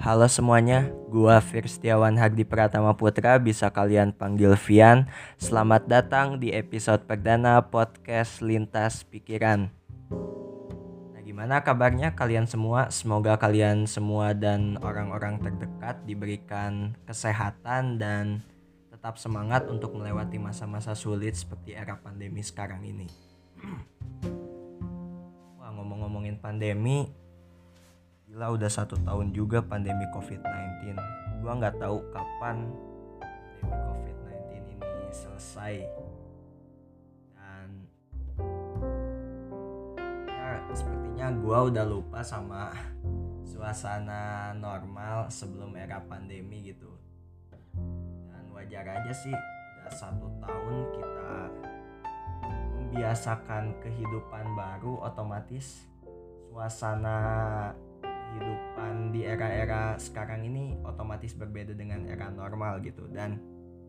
Halo semuanya, gua Firstiawan Hardi Pratama Putra, bisa kalian panggil Vian. Selamat datang di episode perdana podcast Lintas Pikiran. Nah, gimana kabarnya kalian semua? Semoga kalian semua dan orang-orang terdekat diberikan kesehatan dan tetap semangat untuk melewati masa-masa sulit seperti era pandemi sekarang ini. Wah, ngomong-ngomongin pandemi, gila udah 1 tahun juga pandemi COVID-19. Gua nggak tahu kapan pandemi COVID-19 ini selesai. Dan ya sepertinya gua udah lupa sama suasana normal sebelum era pandemi gitu. Dan wajar aja sih, udah 1 tahun kita membiasakan kehidupan baru, otomatis suasana kehidupan di era-era sekarang ini otomatis berbeda dengan era normal gitu. Dan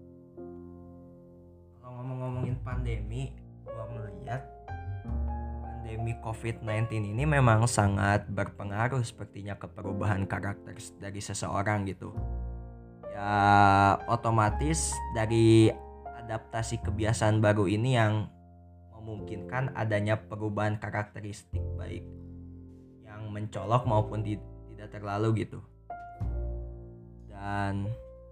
kalau ngomongin pandemi, gua melihat pandemi COVID-19 ini memang sangat berpengaruh sepertinya ke perubahan karakter dari seseorang gitu. Ya otomatis dari adaptasi kebiasaan baru ini yang memungkinkan adanya perubahan karakteristik baik yang mencolok maupun tidak terlalu gitu. Dan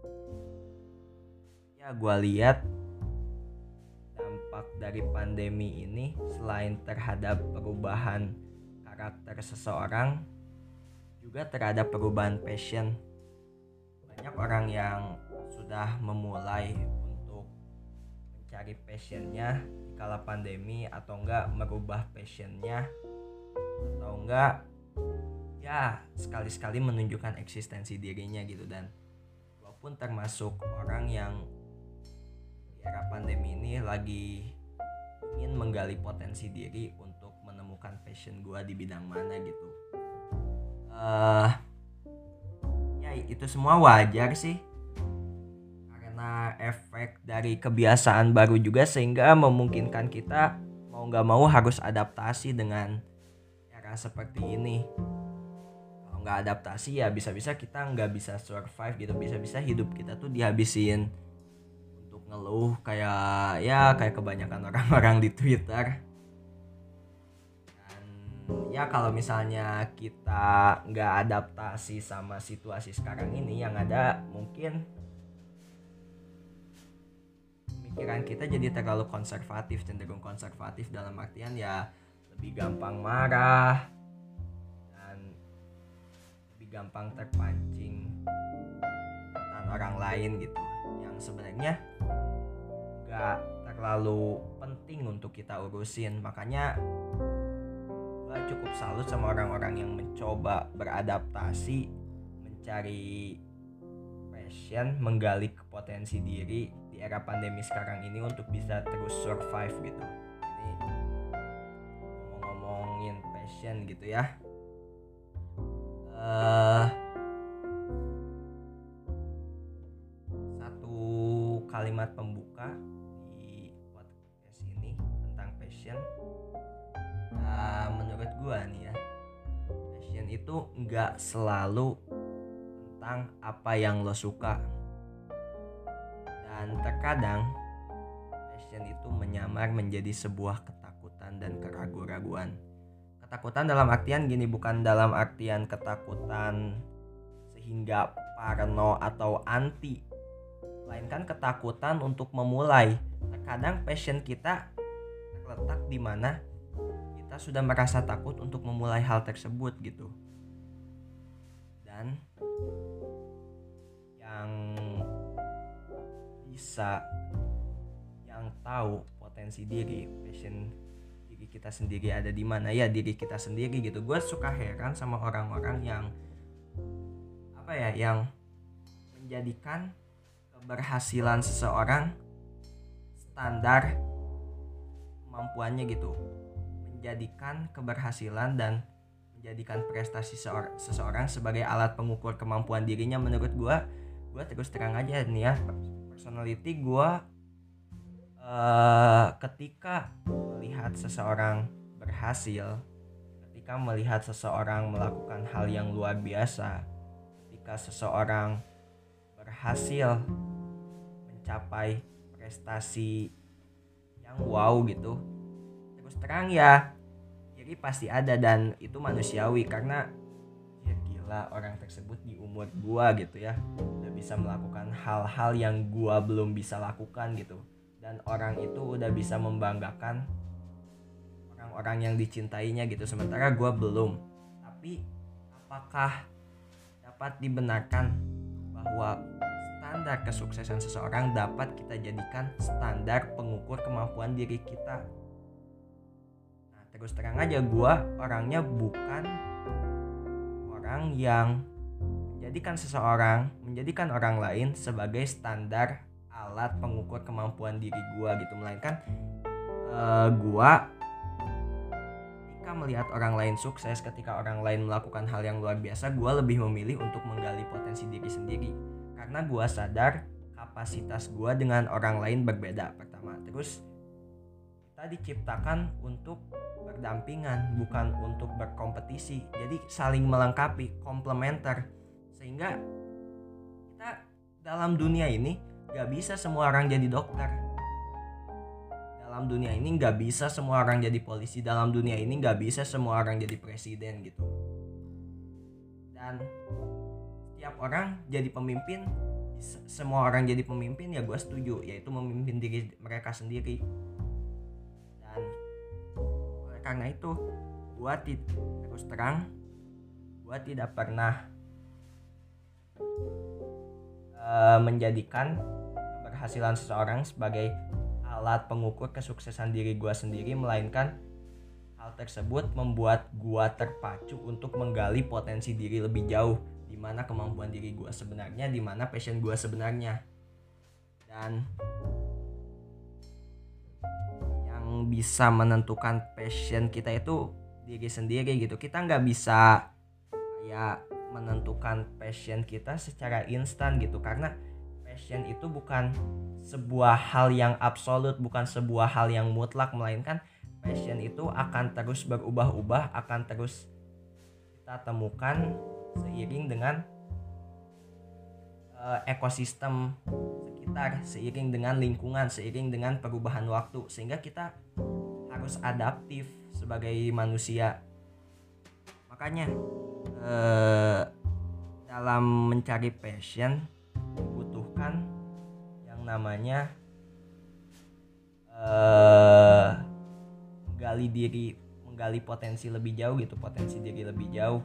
ya gue lihat dampak dari pandemi ini selain terhadap perubahan karakter seseorang, juga terhadap perubahan passion. Banyak orang yang sudah memulai untuk mencari passionnya di kala pandemi, atau enggak merubah passionnya, atau enggak ya sekali-sekali menunjukkan eksistensi dirinya gitu. Dan gue pun termasuk orang yang di era pandemi ini lagi ingin menggali potensi diri untuk menemukan passion gue di bidang mana gitu. Ya itu semua wajar sih, karena efek dari kebiasaan baru juga, sehingga memungkinkan kita mau gak mau harus adaptasi dengan era seperti ini. Kalau gak adaptasi ya bisa-bisa kita gak bisa survive gitu, bisa-bisa hidup kita tuh dihabisin untuk ngeluh kayak kebanyakan orang-orang di Twitter. Dan ya kalau misalnya kita gak adaptasi sama situasi sekarang ini, yang ada mungkin pemikiran kita jadi terlalu konservatif, cenderung konservatif dalam artian ya lebih gampang marah dan lebih gampang terpancing perkataan orang lain gitu, yang sebenarnya gak terlalu penting untuk kita urusin. Makanya gue cukup salut sama orang-orang yang mencoba beradaptasi, mencari passion, menggali potensi diri di era pandemi sekarang ini untuk bisa terus survive gitu. Ini ngomongin passion gitu ya. Satu kalimat pembuka di podcast ini tentang passion. Menurut gue nih ya, passion itu gak selalu tentang apa yang lo suka. Dan terkadang passion itu menyamar menjadi sebuah ketakutan dan keraguan-raguan. Ketakutan dalam artian gini, bukan dalam artian ketakutan sehingga parno atau anti, melainkan ketakutan untuk memulai. Terkadang passion kita terletak di mana kita sudah merasa takut untuk memulai hal tersebut gitu. Dan yang tahu potensi diri, passion diri kita sendiri ada di mana, ya diri kita sendiri gitu. Gue suka heran sama orang-orang yang yang menjadikan keberhasilan seseorang standar kemampuannya gitu, menjadikan keberhasilan dan menjadikan prestasi seseorang sebagai alat pengukur kemampuan dirinya. Menurut gue terus terang aja nih ya, personality gue ketika melihat seseorang berhasil, ketika melihat seseorang melakukan hal yang luar biasa, ketika seseorang berhasil mencapai prestasi yang wow gitu, terus terang ya iri pasti ada, dan itu manusiawi karena ya gila, orang tersebut di umur gua gitu ya udah bisa melakukan hal-hal yang gua belum bisa lakukan gitu, dan orang itu udah bisa membanggakan orang-orang yang dicintainya gitu, sementara gua belum. Tapi apakah dapat dibenarkan bahwa standar kesuksesan seseorang dapat kita jadikan standar pengukur kemampuan diri kita? Nah, terus terang aja gua orangnya bukan orang yang menjadikan orang lain sebagai standar alat pengukur kemampuan diri gua gitu, melainkan gua ketika melihat orang lain sukses, ketika orang lain melakukan hal yang luar biasa, gua lebih memilih untuk menggali potensi diri sendiri karena gua sadar kapasitas gua dengan orang lain berbeda pertama. Terus kita diciptakan untuk berdampingan, bukan untuk berkompetisi. Jadi saling melengkapi, komplementer. Sehingga kita dalam dunia ini gak bisa semua orang jadi dokter. Dalam dunia ini gak bisa semua orang jadi polisi. Dalam dunia ini gak bisa semua orang jadi presiden gitu. Dan setiap orang jadi pemimpin, semua orang jadi pemimpin ya gue setuju, yaitu memimpin diri mereka sendiri. Dan oleh karena itu gue terus terang, gue tidak pernah menjadikan keberhasilan seseorang sebagai alat pengukur kesuksesan diri gue sendiri, melainkan hal tersebut membuat gue terpacu untuk menggali potensi diri lebih jauh, di mana kemampuan diri gue sebenarnya, di mana passion gue sebenarnya. Dan yang bisa menentukan passion kita itu diri sendiri gitu. Kita nggak bisa kayak menentukan passion kita secara instan gitu, karena passion itu bukan sebuah hal yang absolut, bukan sebuah hal yang mutlak, melainkan passion itu akan terus berubah-ubah, akan terus kita temukan seiring dengan ekosistem sekitar, seiring dengan lingkungan, seiring dengan perubahan waktu, sehingga kita harus adaptif sebagai manusia. Makanya dalam mencari passion dibutuhkan yang namanya menggali potensi lebih jauh gitu, potensi diri lebih jauh.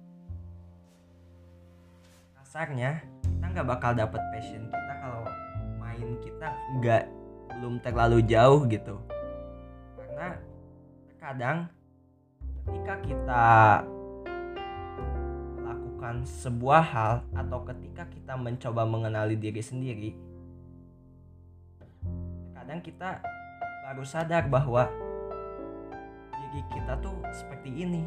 Kasarnya kita nggak bakal dapet passion kita kalau main kita belum terlalu jauh gitu, karena terkadang ketika kita melakukan sebuah hal atau ketika kita mencoba mengenali diri sendiri, terkadang kita baru sadar bahwa diri kita tuh seperti ini.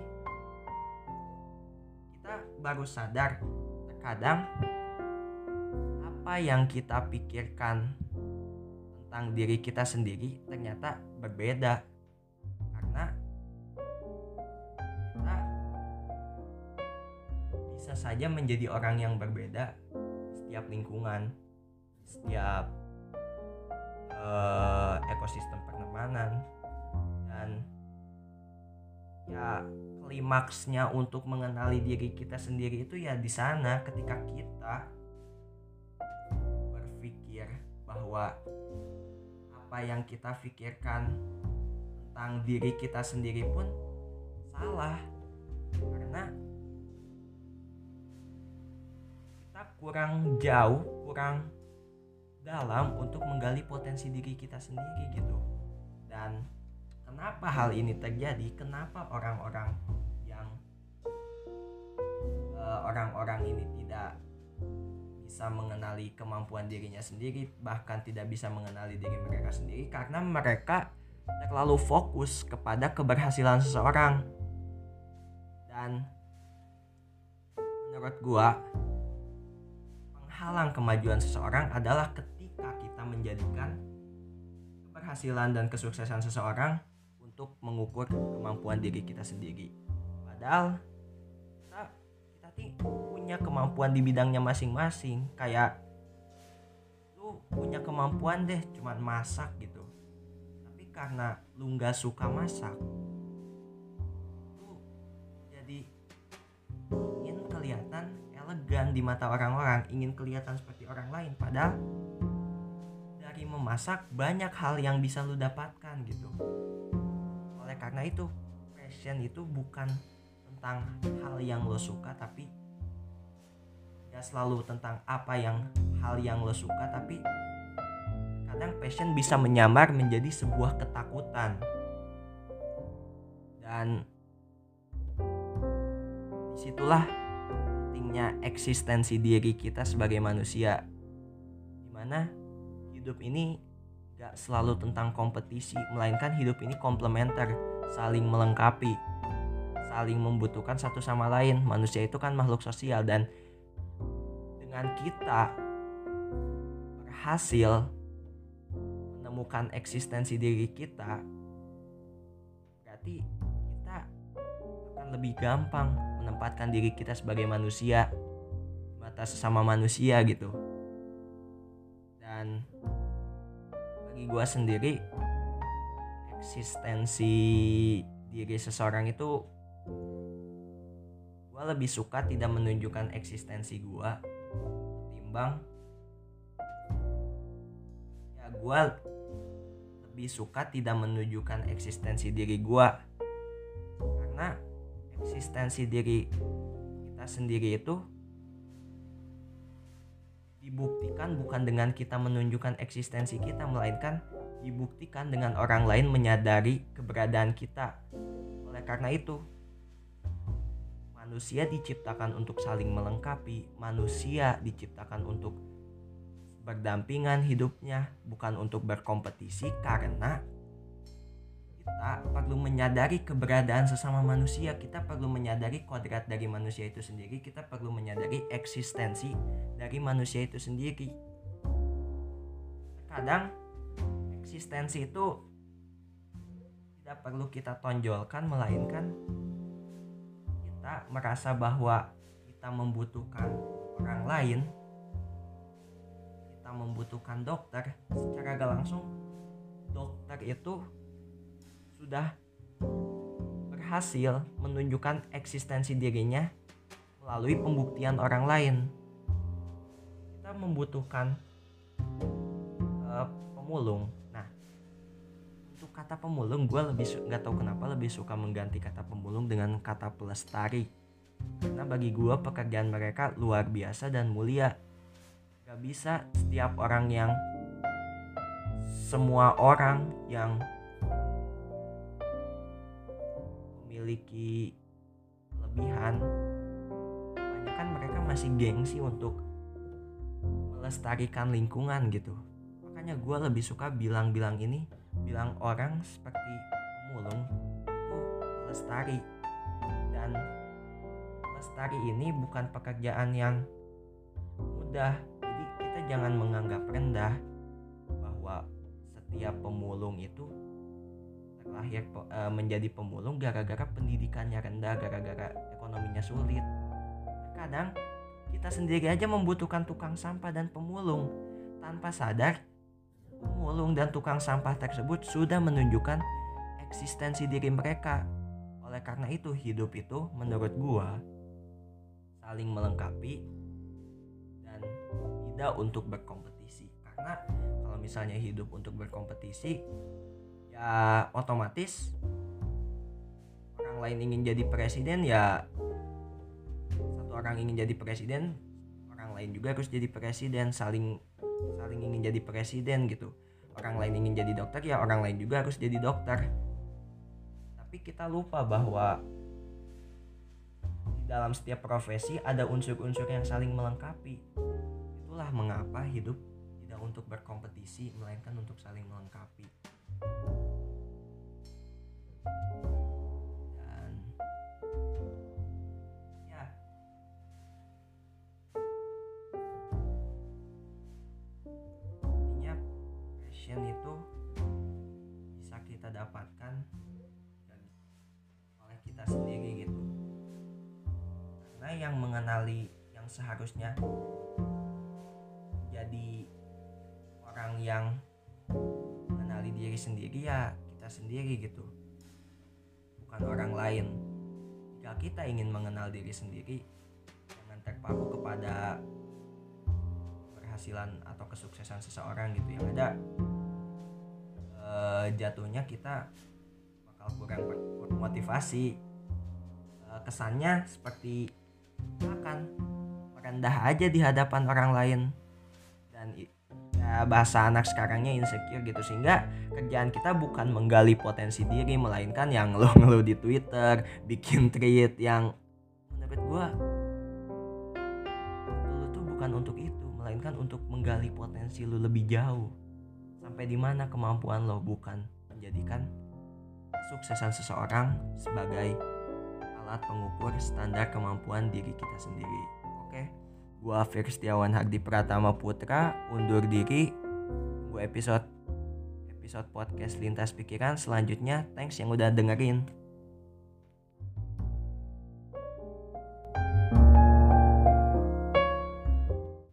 Kita baru sadar terkadang apa yang kita pikirkan tentang diri kita sendiri ternyata berbeda, karena kita bisa saja menjadi orang yang berbeda di setiap lingkungan, di setiap ekosistem pertemanan. Dan ya klimaksnya untuk mengenali diri kita sendiri itu ya di sana, ketika kita berpikir bahwa apa yang kita pikirkan tentang diri kita sendiri pun salah, karena kita kurang jauh, kurang dalam untuk menggali potensi diri kita sendiri gitu. Dan kenapa hal ini terjadi? Kenapa orang-orang ini tidak bisa mengenali kemampuan dirinya sendiri, bahkan tidak bisa mengenali diri mereka sendiri? Karena mereka terlalu fokus kepada keberhasilan seseorang. Dan menurut gua, penghalang kemajuan seseorang adalah ketika kita menjadikan keberhasilan dan kesuksesan seseorang untuk mengukur kemampuan diri kita sendiri. Padahal kita berarti punya kemampuan di bidangnya masing-masing. Kayak lu punya kemampuan deh cuman masak gitu, tapi karena lu nggak suka masak, lu jadi ingin kelihatan elegan di mata orang-orang, ingin kelihatan seperti orang lain, padahal dari memasak banyak hal yang bisa lu dapatkan gitu. Oleh karena itu, passion itu bukan tentang hal yang lo suka, tapi gak selalu tentang hal yang lo suka, tapi kadang passion bisa menyamar menjadi sebuah ketakutan. Dan disitulah pentingnya eksistensi diri kita sebagai manusia, dimana hidup ini gak selalu tentang kompetisi, melainkan hidup ini komplementer, saling melengkapi, saling membutuhkan satu sama lain. Manusia itu kan makhluk sosial, dan dengan kita berhasil menemukan eksistensi diri kita, berarti kita akan lebih gampang menempatkan diri kita sebagai manusia di mata sesama manusia gitu. Dan bagi gue sendiri, eksistensi diri seseorang itu, gue lebih suka tidak menunjukkan eksistensi gue ketimbang gue lebih suka tidak menunjukkan eksistensi diri gue, karena eksistensi diri kita sendiri itu dibuktikan bukan dengan kita menunjukkan eksistensi kita, melainkan dibuktikan dengan orang lain menyadari keberadaan kita. Oleh karena itu, manusia diciptakan untuk saling melengkapi, manusia diciptakan untuk berdampingan hidupnya, bukan untuk berkompetisi, karena kita perlu menyadari keberadaan sesama manusia, kita perlu menyadari kodrat dari manusia itu sendiri, kita perlu menyadari eksistensi dari manusia itu sendiri. Kadang eksistensi itu tidak perlu kita tonjolkan, melainkan kita merasa bahwa kita membutuhkan orang lain, kita membutuhkan dokter. Secara gak langsung, dokter itu sudah berhasil menunjukkan eksistensi dirinya melalui pembuktian orang lain. Kita membutuhkan pemulung. Nah, untuk kata pemulung, gue gak tahu kenapa lebih suka mengganti kata pemulung dengan kata pelestari, karena bagi gue pekerjaan mereka luar biasa dan mulia. Gak bisa semua orang yang memiliki kelebihan, kebanyakan mereka masih gengsi untuk melestarikan lingkungan gitu. Makanya gue lebih suka bilang orang seperti pemulung itu pelestari. Dan pelestari ini bukan pekerjaan yang mudah. Jadi kita jangan menganggap rendah bahwa setiap pemulung itu terlahir menjadi pemulung gara-gara pendidikannya rendah, gara-gara ekonominya sulit. Terkadang kita sendiri aja membutuhkan tukang sampah dan pemulung. Tanpa sadar, pemulung dan tukang sampah tersebut sudah menunjukkan eksistensi diri mereka. Oleh karena itu, hidup itu menurut gua saling melengkapi dan tidak untuk berkompetisi. Karena kalau misalnya hidup untuk berkompetisi, ya otomatis orang lain ingin jadi presiden, ya satu orang ingin jadi presiden, orang lain juga harus jadi presiden, saling ingin jadi presiden gitu. Orang lain ingin jadi dokter, ya orang lain juga harus jadi dokter. Tapi kita lupa bahwa di dalam setiap profesi ada unsur-unsur yang saling melengkapi. Itulah mengapa hidup tidak untuk berkompetisi, melainkan untuk saling melengkapi. Dan ya, intinya passion itu bisa kita dapatkan oleh kita sendiri gitu. karena yang mengenali, yang seharusnya jadi orang yang mengenali diri sendiri ya kita sendiri gitu, bukan orang lain. Jika kita ingin mengenal diri sendiri, jangan terpaku kepada keberhasilan atau kesuksesan seseorang gitu, yang ada jatuhnya kita bakal kurang motivasi. Kesannya seperti akan merendah aja di hadapan orang lain, dan ya bahasa anak sekarangnya insecure gitu, sehingga kerjaan kita bukan menggali potensi diri, melainkan yang ngeluh-ngeluh di Twitter, bikin tweet yang menurut gua lu tuh bukan untuk itu, melainkan untuk menggali potensi lu lebih jauh. Sampai di mana kemampuan lo, bukan menjadikan kesuksesan seseorang sebagai alat pengukur standar kemampuan diri kita sendiri. Oke, gua Firstiawan Hardi Pratama Putra undur diri. Tunggu episode podcast Lintas Pikiran selanjutnya. Thanks yang udah dengerin.